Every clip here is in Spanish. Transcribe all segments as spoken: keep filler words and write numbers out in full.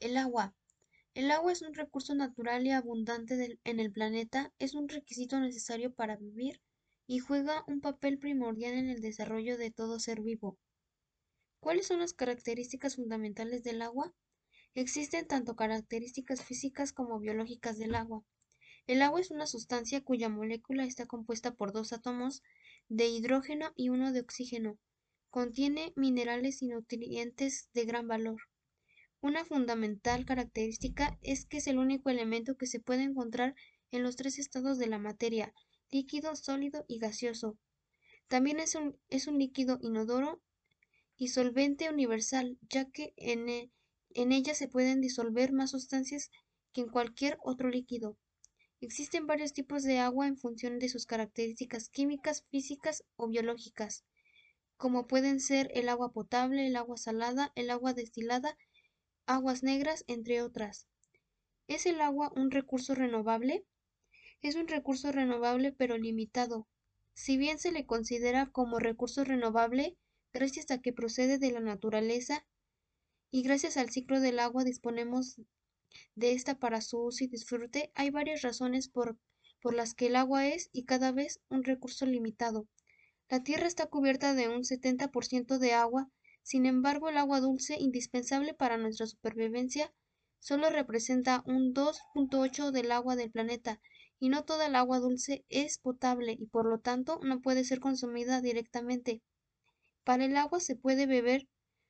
El agua. El agua es un recurso natural y abundante del- en el planeta, es un requisito necesario para vivir y juega un papel primordial en el desarrollo de todo ser vivo. ¿Cuáles son las características fundamentales del agua? Existen tanto características físicas como biológicas del agua. El agua es una sustancia cuya molécula está compuesta por dos átomos de hidrógeno y uno de oxígeno. Contiene minerales y nutrientes de gran valor. Una fundamental característica es que es el único elemento que se puede encontrar en los tres estados de la materia: líquido, sólido y gaseoso. También es un, es un líquido inodoro y solvente universal, ya que en, e- en ella se pueden disolver más sustancias que en cualquier otro líquido. Existen varios tipos de agua en función de sus características químicas, físicas o biológicas, como pueden ser el agua potable, el agua salada, el agua destilada, aguas negras, entre otras. ¿Es el agua un recurso renovable? Es un recurso renovable pero limitado. Si bien se le considera como recurso renovable, gracias a que procede de la naturaleza y gracias al ciclo del agua disponemos de esta para su uso y disfrute, hay varias razones por, por las que el agua es y cada vez un recurso limitado. La Tierra está cubierta de un setenta por ciento de agua, sin embargo el agua dulce, indispensable para nuestra supervivencia, solo representa un dos punto ocho del agua del planeta, y no toda el agua dulce es potable y por lo tanto no puede ser consumida directamente. Para el agua se puede beber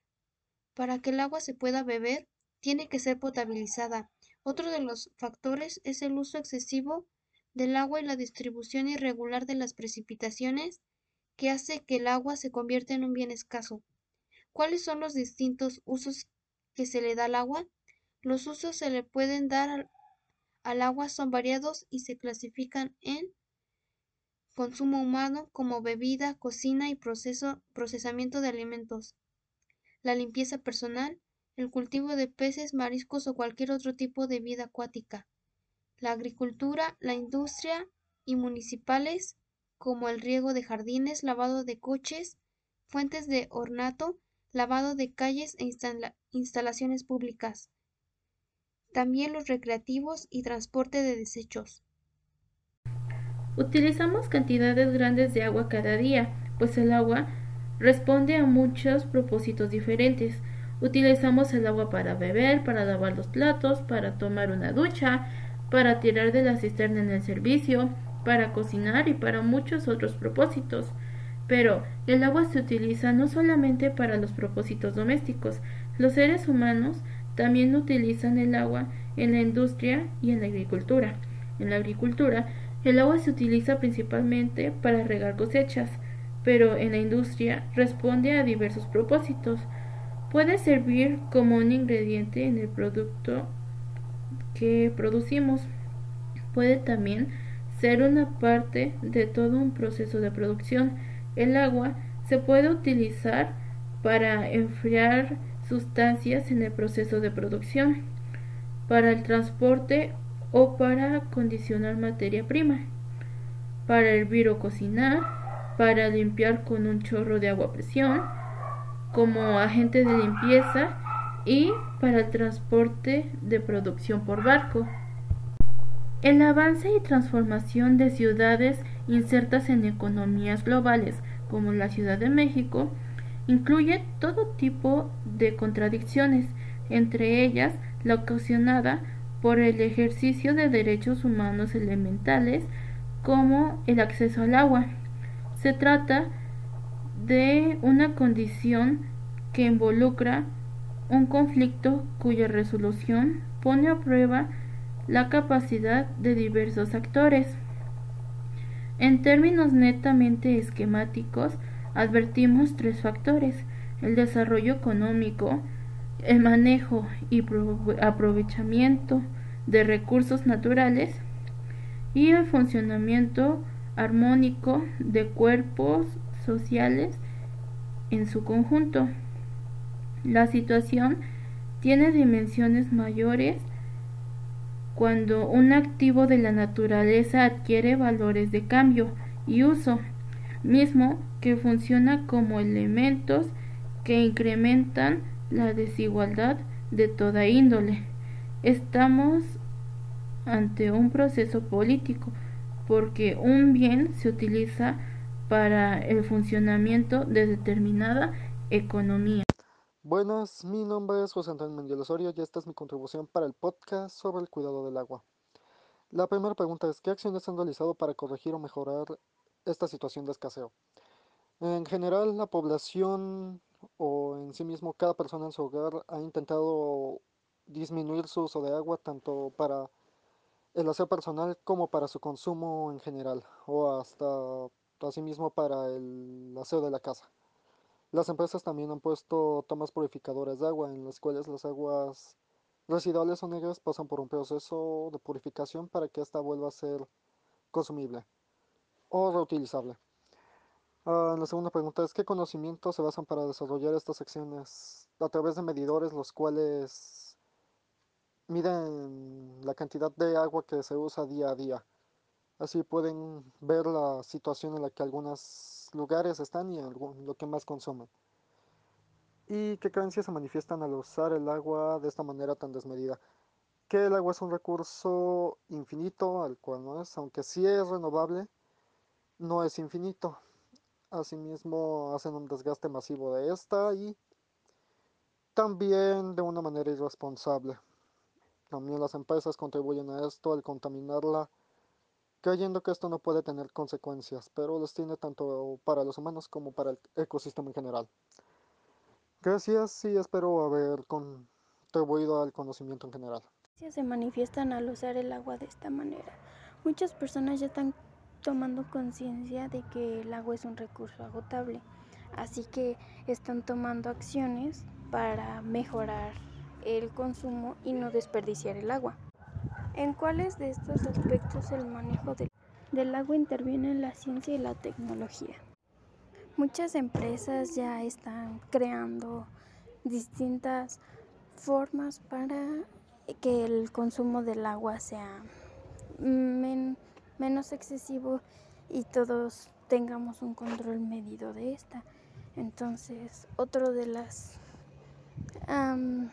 Para que el agua se pueda beber, tiene que ser potabilizada. Otro de los factores es el uso excesivo del agua y la distribución irregular de las precipitaciones, que hace que el agua se convierta en un bien escaso. ¿Cuáles son los distintos usos que se le da al agua? Los usos se le pueden dar al, al agua son variados y se clasifican en consumo humano como bebida, cocina y proceso, procesamiento de alimentos, la limpieza personal, el cultivo de peces, mariscos o cualquier otro tipo de vida acuática, la agricultura, la industria y municipales, como el riego de jardines, lavado de coches, fuentes de ornato, lavado de calles e instala- instalaciones públicas, también los recreativos y transporte de desechos. Utilizamos cantidades grandes de agua cada día, pues el agua responde a muchos propósitos diferentes. Utilizamos el agua para beber, para lavar los platos, para tomar una ducha, para tirar de la cisterna en el servicio, para cocinar y para muchos otros propósitos. Pero el agua se utiliza no solamente para los propósitos domésticos. Los seres humanos también utilizan el agua en la industria y en la agricultura. En la agricultura, el agua se utiliza principalmente para regar cosechas, pero en la industria responde a diversos propósitos. Puede servir como un ingrediente en el producto que producimos. Puede también ser una parte de todo un proceso de producción. El agua se puede utilizar para enfriar sustancias en el proceso de producción, para el transporte o para acondicionar materia prima, para hervir o cocinar, para limpiar con un chorro de agua a presión, como agente de limpieza y para el transporte de producción por barco. El avance y transformación de ciudades insertas en economías globales, como la Ciudad de México, incluye todo tipo de contradicciones, entre ellas la ocasionada por el ejercicio de derechos humanos elementales como el acceso al agua. Se trata de una condición que involucra un conflicto cuya resolución pone a prueba la capacidad de diversos actores. En términos netamente esquemáticos, advertimos tres factores: el desarrollo económico, el manejo y aprovechamiento de recursos naturales y el funcionamiento armónico de cuerpos sociales en su conjunto. La situación tiene dimensiones mayores cuando un activo de la naturaleza adquiere valores de cambio y uso, mismo que funciona como elementos que incrementan la desigualdad de toda índole. Estamos ante un proceso político, porque un bien se utiliza para el funcionamiento de determinada economía. Buenas, mi nombre es José Antonio Mendiel Osorio y esta es mi contribución para el podcast sobre el cuidado del agua. La primera pregunta es, ¿qué acciones han realizado para corregir o mejorar esta situación de escaseo? En general, la población o en sí mismo cada persona en su hogar ha intentado disminuir su uso de agua tanto para el aseo personal como para su consumo en general o hasta asimismo para el aseo de la casa. Las empresas también han puesto tomas purificadoras de agua en las cuales las aguas residuales o negras pasan por un proceso de purificación para que ésta vuelva a ser consumible o reutilizable. Ah, la segunda pregunta es, ¿qué conocimientos se basan para desarrollar estas acciones a través de medidores los cuales miden la cantidad de agua que se usa día a día? Así pueden ver la situación en la que algunos lugares están y algún- lo que más consumen. ¿Y qué creencias se manifiestan al usar el agua de esta manera tan desmedida? Que el agua es un recurso infinito, al cual no es, aunque sí es renovable, no es infinito. Asimismo, hacen un desgaste masivo de esta y también de una manera irresponsable. También las empresas contribuyen a esto al contaminarla, creyendo que esto no puede tener consecuencias, pero los tiene tanto para los humanos como para el ecosistema en general. Gracias y espero haber contribuido al conocimiento en general. Se manifiestan al usar el agua de esta manera. Muchas personas ya están tomando conciencia de que el agua es un recurso agotable, así que están tomando acciones para mejorar el consumo y no desperdiciar el agua. ¿En cuáles de estos aspectos el manejo del, del agua interviene la ciencia y la tecnología? Muchas empresas ya están creando distintas formas para que el consumo del agua sea men- menos excesivo y todos tengamos un control medido de esta. Entonces, otro de las um,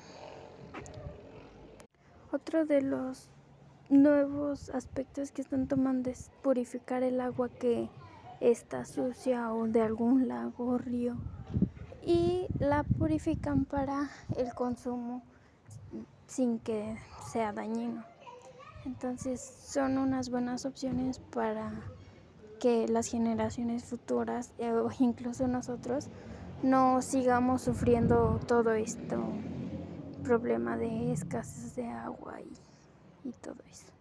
otro de los nuevos aspectos que están tomando es purificar el agua que está sucia o de algún lago o río y la purifican para el consumo sin que sea dañino. Entonces son unas buenas opciones para que las generaciones futuras eh, o incluso nosotros no sigamos sufriendo todo esto problema de escasez de agua y, y todo eso.